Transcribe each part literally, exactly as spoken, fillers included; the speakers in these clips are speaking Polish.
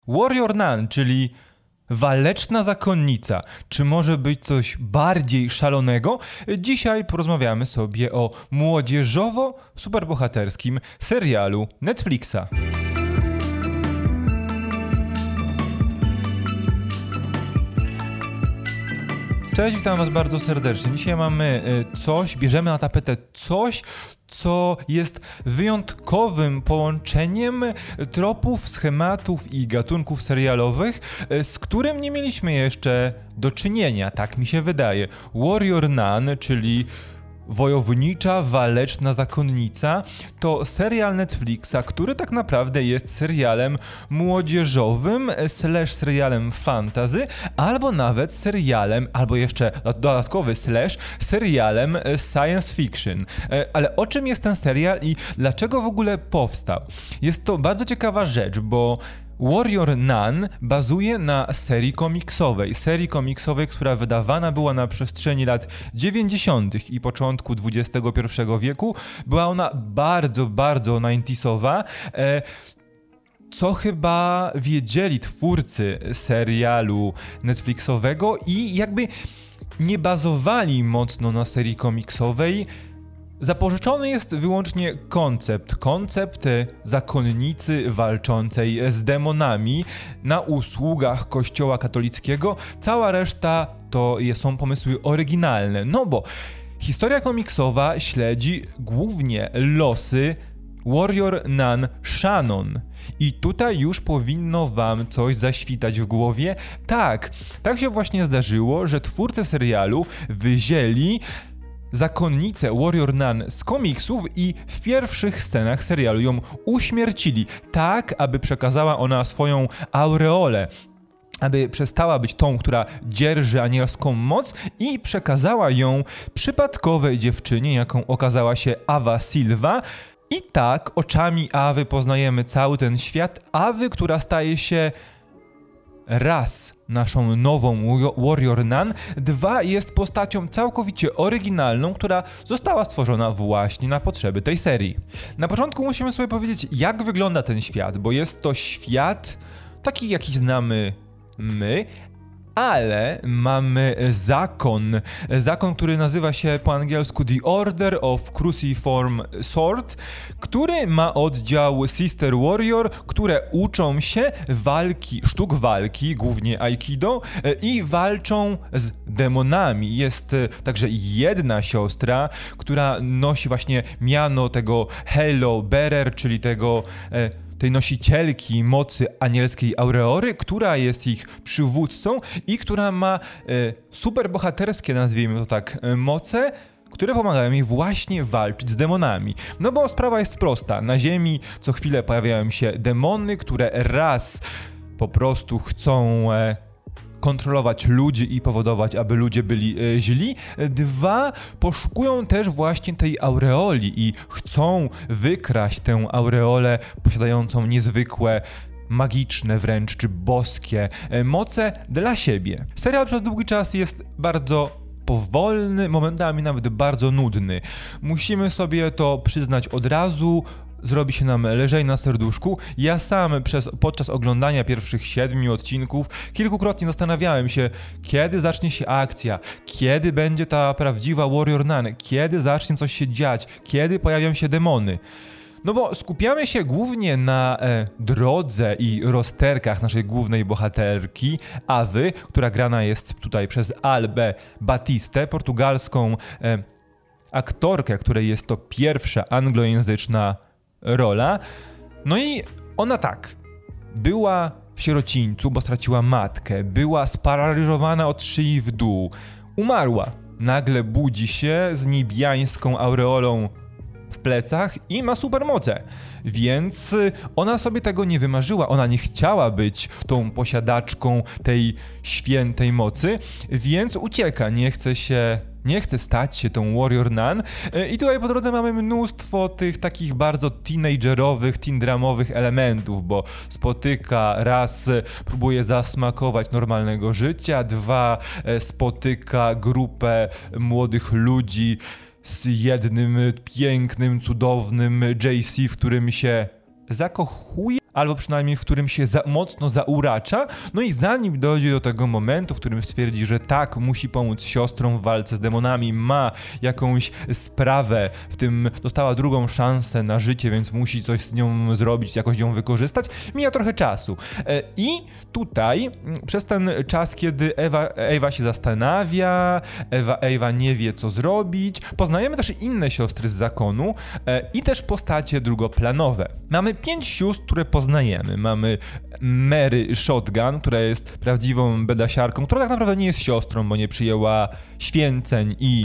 Warrior Nun, czyli waleczna zakonnica. Czy może być coś bardziej szalonego? Dzisiaj porozmawiamy sobie o młodzieżowo-superbohaterskim serialu Netflixa. Cześć, witam was bardzo serdecznie. Dzisiaj mamy coś, bierzemy na tapetę coś, co jest wyjątkowym połączeniem tropów, schematów i gatunków serialowych, z którym nie mieliśmy jeszcze do czynienia, tak mi się wydaje. Warrior Nun, czyli wojownicza, waleczna zakonnica, to serial Netflixa, który tak naprawdę jest serialem młodzieżowym, slash serialem fantasy, albo nawet serialem, albo jeszcze dodatkowy slash serialem science fiction. Ale o czym jest ten serial i dlaczego w ogóle powstał? Jest to bardzo ciekawa rzecz, bo Warrior Nun bazuje na serii komiksowej, serii komiksowej, która wydawana była na przestrzeni lat dziewięćdziesiątych i początku dwudziestego pierwszego wieku. Była ona bardzo, bardzo dziewięćdziesiątowa, e, co chyba wiedzieli twórcy serialu Netflixowego i jakby nie bazowali mocno na serii komiksowej. Zapożyczony jest wyłącznie koncept, koncept zakonnicy walczącej z demonami na usługach kościoła katolickiego. Cała reszta to są pomysły oryginalne, no bo historia komiksowa śledzi głównie losy Warrior Nun Shannon. I tutaj już powinno wam coś zaświtać w głowie. Tak, tak się właśnie zdarzyło, że twórcy serialu wzięli zakonnicę Warrior Nun z komiksów i w pierwszych scenach serialu ją uśmiercili, tak aby przekazała ona swoją aureolę, aby przestała być tą, która dzierży anielską moc i przekazała ją przypadkowej dziewczynie, jaką okazała się Ava Silva. I tak oczami Awy poznajemy cały ten świat Awy, która staje się raz naszą nową Warrior Nun, dwa jest postacią całkowicie oryginalną, która została stworzona właśnie na potrzeby tej serii. Na początku musimy sobie powiedzieć, jak wygląda ten świat, bo jest to świat taki, jaki znamy my, ale mamy zakon, zakon, który nazywa się po angielsku The Order of Cruciform Sword, który ma oddział Sister Warrior, które uczą się walki, sztuk walki, głównie Aikido, i walczą z demonami. Jest także jedna siostra, która nosi właśnie miano tego Halo Bearer, czyli tego tej nosicielki mocy anielskiej aureory, która jest ich przywódcą i która ma e, superbohaterskie, nazwijmy to tak, e, moce, które pomagają jej właśnie walczyć z demonami. No bo sprawa jest prosta. Na ziemi co chwilę pojawiają się demony, które raz po prostu chcą E, kontrolować ludzi i powodować, aby ludzie byli e, źli. Dwa, poszukują też właśnie tej aureoli i chcą wykraść tę aureolę posiadającą niezwykłe, magiczne wręcz, czy boskie e, moce dla siebie. Serial przez długi czas jest bardzo powolny, momentami nawet bardzo nudny. Musimy sobie to przyznać od razu. Zrobi się nam lżej na serduszku. Ja sam przez, podczas oglądania pierwszych siedmiu odcinków kilkukrotnie zastanawiałem się, kiedy zacznie się akcja, kiedy będzie ta prawdziwa Warrior Nun, kiedy zacznie coś się dziać, kiedy pojawią się demony. No bo skupiamy się głównie na e, drodze i rozterkach naszej głównej bohaterki, Awy, która grana jest tutaj przez Albę Batistę, portugalską e, aktorkę, której jest to pierwsza anglojęzyczna rola. No i ona tak, była w sierocińcu, bo straciła matkę, była sparaliżowana od szyi w dół, umarła. Nagle budzi się z niebiańską aureolą w plecach i ma supermoce. Więc ona sobie tego nie wymarzyła, ona nie chciała być tą posiadaczką tej świętej mocy, więc ucieka, nie chce się nie chce stać się tą Warrior Nun. I tutaj po drodze mamy mnóstwo tych takich bardzo teenagerowych, teen-dramowych elementów, bo spotyka, raz próbuje zasmakować normalnego życia, dwa spotyka grupę młodych ludzi z jednym pięknym, cudownym J C, w którym się zakochuje, albo przynajmniej w którym się za, mocno zauracza, no i zanim dojdzie do tego momentu, w którym stwierdzi, że tak, musi pomóc siostrom w walce z demonami, ma jakąś sprawę, w tym dostała drugą szansę na życie, więc musi coś z nią zrobić, jakoś ją wykorzystać, mija trochę czasu. I tutaj, przez ten czas, kiedy Ewa, Ewa się zastanawia, Ewa, Ewa nie wie, co zrobić, poznajemy też inne siostry z zakonu i też postacie drugoplanowe. Mamy pięć sióstr, które poznajemy. Mamy Mary Shotgun, która jest prawdziwą bedasiarką, która tak naprawdę nie jest siostrą, bo nie przyjęła święceń i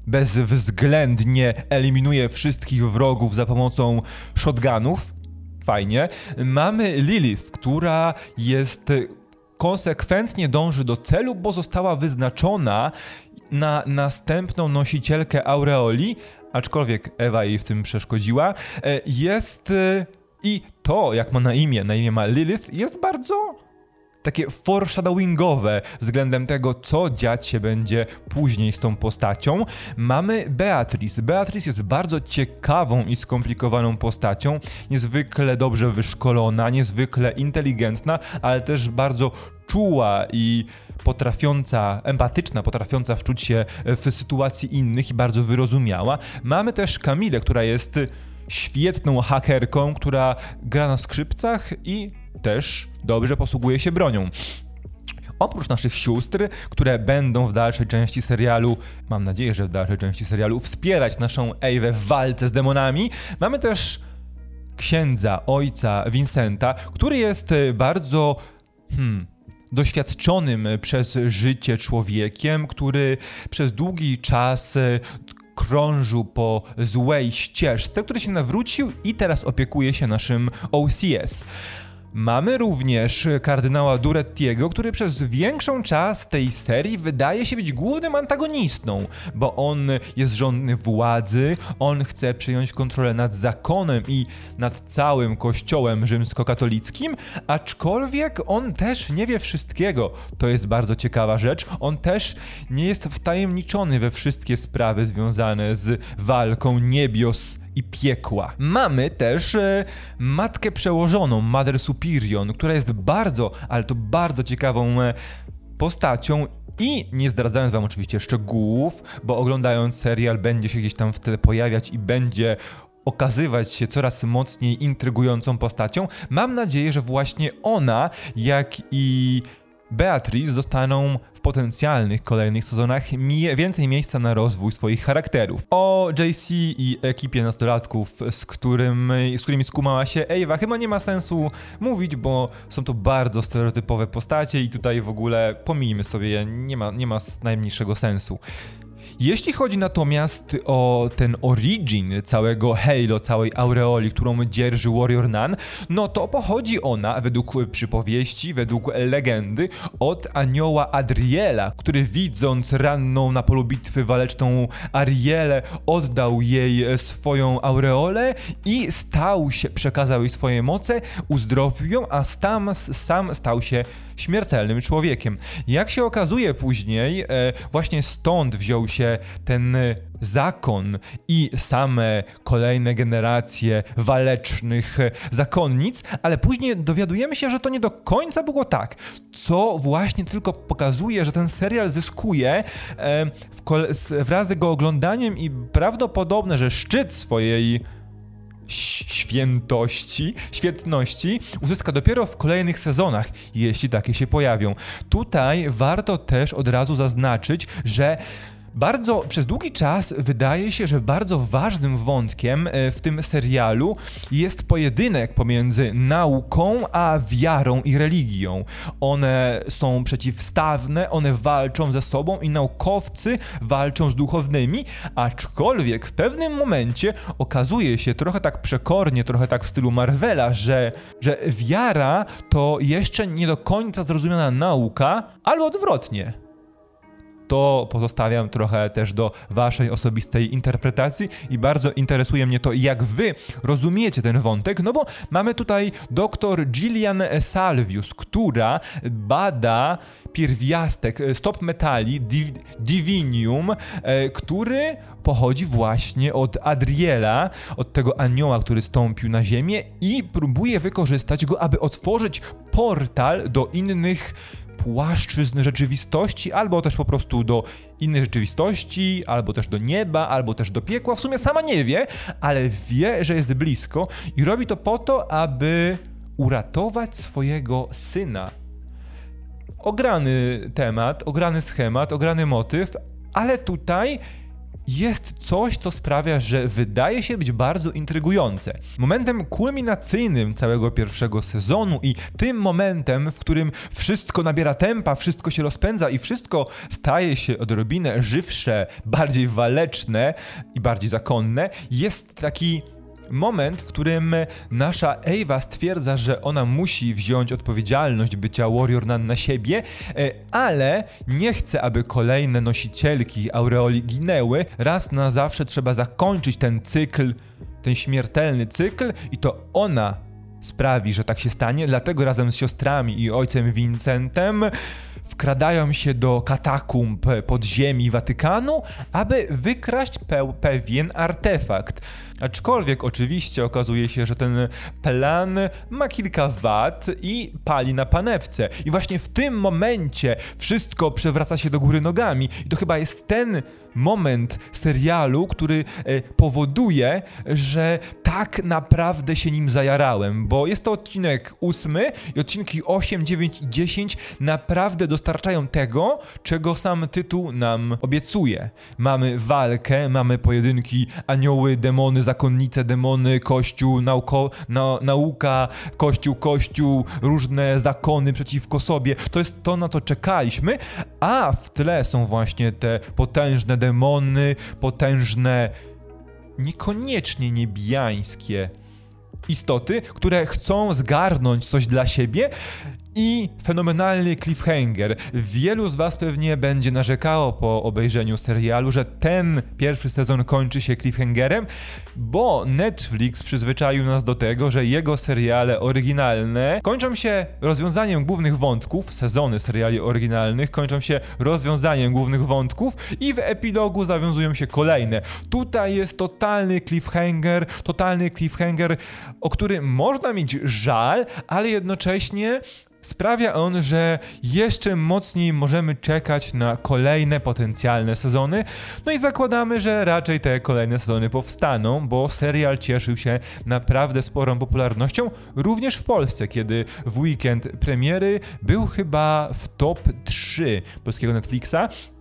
bezwzględnie eliminuje wszystkich wrogów za pomocą shotgunów. Fajnie. Mamy Lilith, która jest konsekwentnie dąży do celu, bo została wyznaczona na następną nosicielkę aureoli, aczkolwiek Ewa jej w tym przeszkodziła. Jest i to, jak ma na imię, na imię ma Lilith, jest bardzo takie foreshadowingowe względem tego, co dziać się będzie później z tą postacią. Mamy Beatrice. Beatrice jest bardzo ciekawą i skomplikowaną postacią, niezwykle dobrze wyszkolona, niezwykle inteligentna, ale też bardzo czuła i potrafiąca, empatyczna, potrafiąca wczuć się w sytuacji innych i bardzo wyrozumiała. Mamy też Kamilę, która jest świetną hakerką, która gra na skrzypcach i też dobrze posługuje się bronią. Oprócz naszych sióstr, które będą w dalszej części serialu, mam nadzieję, że w dalszej części serialu, wspierać naszą Ewę w walce z demonami, mamy też księdza, ojca Vincenta, który jest bardzo hmm, doświadczonym przez życie człowiekiem, który przez długi czas krążył po złej ścieżce, który się nawrócił i teraz opiekuje się naszym O C S. Mamy również kardynała Durettiego, który przez większą czas tej serii wydaje się być głównym antagonistą, bo on jest żądny władzy, on chce przejąć kontrolę nad zakonem i nad całym kościołem rzymskokatolickim, aczkolwiek on też nie wie wszystkiego. To jest bardzo ciekawa rzecz. On też nie jest wtajemniczony we wszystkie sprawy związane z walką niebios i piekła. Mamy też e, matkę przełożoną, Mother Superior, która jest bardzo, ale to bardzo ciekawą e, postacią i nie zdradzając wam oczywiście szczegółów, bo oglądając serial będzie się gdzieś tam w tle pojawiać i będzie okazywać się coraz mocniej intrygującą postacią. Mam nadzieję, że właśnie ona, jak i Beatrice dostaną w potencjalnych kolejnych sezonach mie- więcej miejsca na rozwój swoich charakterów. O J C i ekipie nastolatków, z, którym, z którymi skumała się Ewa, chyba nie ma sensu mówić, bo są to bardzo stereotypowe postacie i tutaj w ogóle pomijmy sobie, nie ma, nie ma najmniejszego sensu. Jeśli chodzi natomiast o ten origin całego Halo, całej aureoli, którą dzierży Warrior Nun, no to pochodzi ona, według przypowieści, według legendy, od anioła Adriela, który widząc ranną na polu bitwy waleczną Arielę, oddał jej swoją aureolę i stał się, przekazał jej swoje moce, uzdrowił ją, a sam, sam stał się śmiertelnym człowiekiem. Jak się okazuje później, e, właśnie stąd wziął się ten zakon i same kolejne generacje walecznych zakonnic, ale później dowiadujemy się, że to nie do końca było tak, co właśnie tylko pokazuje, że ten serial zyskuje e, w kole- wraz z jego oglądaniem i prawdopodobne, że szczyt swojej świętości, świetności uzyska dopiero w kolejnych sezonach, jeśli takie się pojawią. Tutaj warto też od razu zaznaczyć, że bardzo, przez długi czas wydaje się, że bardzo ważnym wątkiem w tym serialu jest pojedynek pomiędzy nauką a wiarą i religią. One są przeciwstawne, one walczą ze sobą i naukowcy walczą z duchownymi, aczkolwiek w pewnym momencie okazuje się trochę tak przekornie, trochę tak w stylu Marvela, że, że wiara to jeszcze nie do końca zrozumiana nauka, albo odwrotnie. to pozostawiam trochę też do waszej osobistej interpretacji i bardzo interesuje mnie to, jak wy rozumiecie ten wątek, no bo mamy tutaj dr Gillian Salvius, która bada pierwiastek stop metali div- divinium, e, który pochodzi właśnie od Adriela, od tego anioła, który stąpił na ziemię i próbuje wykorzystać go, aby otworzyć portal do innych płaszczyzn rzeczywistości, albo też po prostu do innej rzeczywistości, albo też do nieba, albo też do piekła. W sumie sama nie wie, ale wie, że jest blisko i robi to po to, aby uratować swojego syna. Ograny temat, ograny schemat, ograny motyw, ale tutaj jest coś, co sprawia, że wydaje się być bardzo intrygujące. Momentem kulminacyjnym całego pierwszego sezonu i tym momentem, w którym wszystko nabiera tempa, wszystko się rozpędza i wszystko staje się odrobinę żywsze, bardziej waleczne i bardziej zakonne, jest taki moment, w którym nasza Ewa stwierdza, że ona musi wziąć odpowiedzialność bycia Warrior Nun na siebie, ale nie chce, aby kolejne nosicielki aureoli ginęły. Raz na zawsze trzeba zakończyć ten cykl, ten śmiertelny cykl i to ona sprawi, że tak się stanie, dlatego razem z siostrami i ojcem Vincentem wkradają się do katakumb podziemi Watykanu, aby wykraść pe- pewien artefakt. Aczkolwiek oczywiście okazuje się, że ten plan ma kilka wad i pali na panewce. I właśnie w tym momencie wszystko przewraca się do góry nogami. I to chyba jest ten moment serialu, który e, powoduje, że tak naprawdę się nim zajarałem, bo jest to odcinek ósmy i odcinki osiem, dziewięć i dziesięć naprawdę dostarczają tego, czego sam tytuł nam obiecuje. Mamy walkę, mamy pojedynki anioły, demony, zakonnice, demony, kościół, nauko, na, nauka, kościół, kościół, różne zakony przeciwko sobie. To jest to, na co czekaliśmy, a w tle są właśnie te potężne demony, potężne, niekoniecznie niebiańskie istoty, które chcą zgarnąć coś dla siebie i fenomenalny cliffhanger. Wielu z was pewnie będzie narzekało po obejrzeniu serialu, że ten pierwszy sezon kończy się cliffhangerem, bo Netflix przyzwyczaił nas do tego, że jego seriale oryginalne kończą się rozwiązaniem głównych wątków, sezony seriali oryginalnych kończą się rozwiązaniem głównych wątków i w epilogu zawiązują się kolejne. Tutaj jest totalny cliffhanger, totalny cliffhanger, o który można mieć żal, ale jednocześnie sprawia on, że jeszcze mocniej możemy czekać na kolejne potencjalne sezony, no i zakładamy, że raczej te kolejne sezony powstaną, bo serial cieszył się naprawdę sporą popularnością, również w Polsce, kiedy w weekend premiery był chyba w top trzy polskiego Netflixa.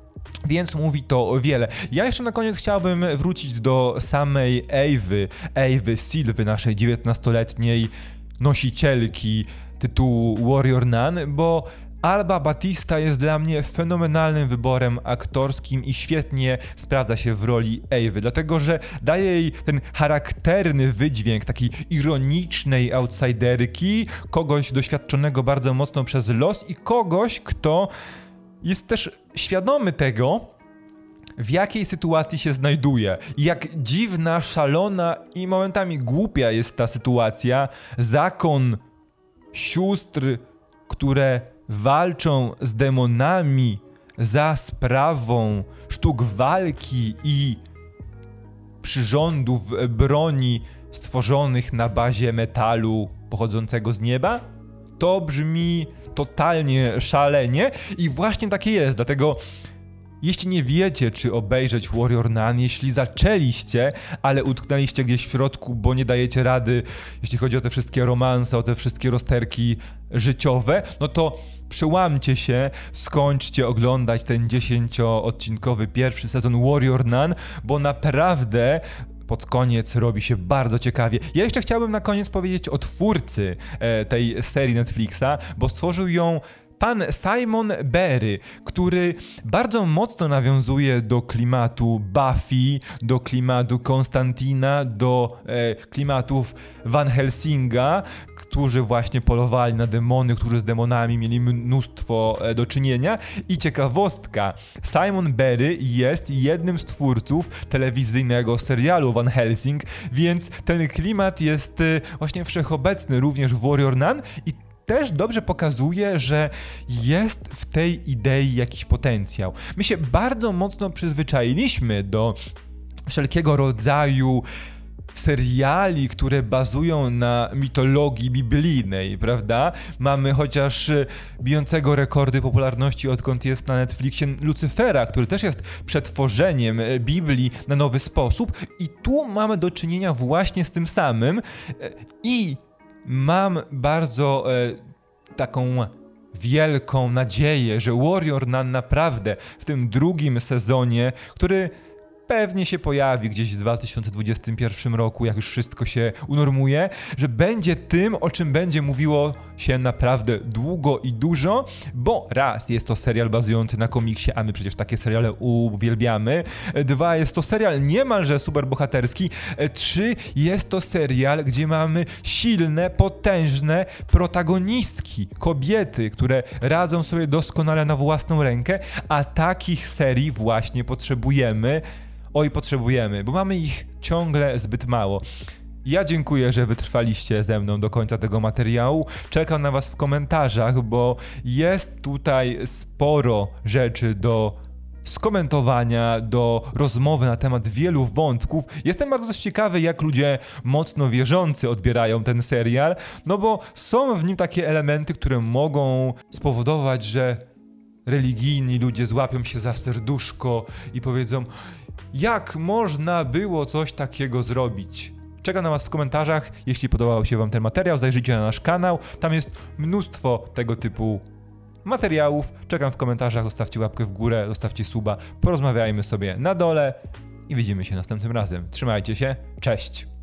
Więc mówi to o wiele. Ja jeszcze na koniec chciałbym wrócić do samej Ewy, Ewy Sylwy, naszej dziewiętnastoletniej nosicielki tytułu Warrior Nun, bo Alba Batista jest dla mnie fenomenalnym wyborem aktorskim i świetnie sprawdza się w roli Ewy, dlatego że daje jej ten charakterny wydźwięk takiej ironicznej outsiderki, kogoś doświadczonego bardzo mocno przez los i kogoś, kto jest też świadomy tego, w jakiej sytuacji się znajduje. Jak dziwna, szalona i momentami głupia jest ta sytuacja. Zakon sióstr, które walczą z demonami za sprawą sztuk walki i przyrządów broni stworzonych na bazie metalu pochodzącego z nieba? To brzmi totalnie szalenie i właśnie takie jest, dlatego jeśli nie wiecie, czy obejrzeć Warrior Nun, jeśli zaczęliście, ale utknęliście gdzieś w środku, bo nie dajecie rady, jeśli chodzi o te wszystkie romanse, o te wszystkie rozterki życiowe, no to przełamcie się, skończcie oglądać ten dziesięcioodcinkowy pierwszy sezon Warrior Nun, bo naprawdę pod koniec robi się bardzo ciekawie. Ja jeszcze chciałbym na koniec powiedzieć o twórcy e, tej serii Netflixa, bo stworzył ją pan Simon Berry, który bardzo mocno nawiązuje do klimatu Buffy, do klimatu Konstantina, do e, klimatów Van Helsinga, którzy właśnie polowali na demony, którzy z demonami mieli mnóstwo e, do czynienia. I ciekawostka, Simon Berry jest jednym z twórców telewizyjnego serialu Van Helsing, więc ten klimat jest e, właśnie wszechobecny również w Warrior Nun i też dobrze pokazuje, że jest w tej idei jakiś potencjał. My się bardzo mocno przyzwyczailiśmy do wszelkiego rodzaju seriali, które bazują na mitologii biblijnej, prawda? Mamy chociaż bijącego rekordy popularności, odkąd jest na Netflixie, Lucyfera, który też jest przetworzeniem Biblii na nowy sposób i tu mamy do czynienia właśnie z tym samym i mam bardzo e, taką wielką nadzieję, że Warrior Nun naprawdę w tym drugim sezonie, który pewnie się pojawi gdzieś w dwa tysiące dwudziestym pierwszym roku, jak już wszystko się unormuje, że będzie tym, o czym będzie mówiło się naprawdę długo i dużo, bo raz, jest to serial bazujący na komiksie, a my przecież takie seriale uwielbiamy, dwa, jest to serial niemalże superbohaterski, trzy, jest to serial, gdzie mamy silne, potężne protagonistki, kobiety, które radzą sobie doskonale na własną rękę, a takich serii właśnie potrzebujemy. Oj, potrzebujemy, bo mamy ich ciągle zbyt mało. Ja dziękuję, że wytrwaliście ze mną do końca tego materiału. Czekam na was w komentarzach, bo jest tutaj sporo rzeczy do skomentowania, do rozmowy na temat wielu wątków. Jestem bardzo ciekawy, jak ludzie mocno wierzący odbierają ten serial, no bo są w nim takie elementy, które mogą spowodować, że religijni ludzie złapią się za serduszko i powiedzą: jak można było coś takiego zrobić? Czekam na was w komentarzach. Jeśli podobał się wam ten materiał, zajrzyjcie na nasz kanał. Tam jest mnóstwo tego typu materiałów. Czekam w komentarzach, zostawcie łapkę w górę, zostawcie suba, porozmawiajmy sobie na dole i widzimy się następnym razem. Trzymajcie się, cześć!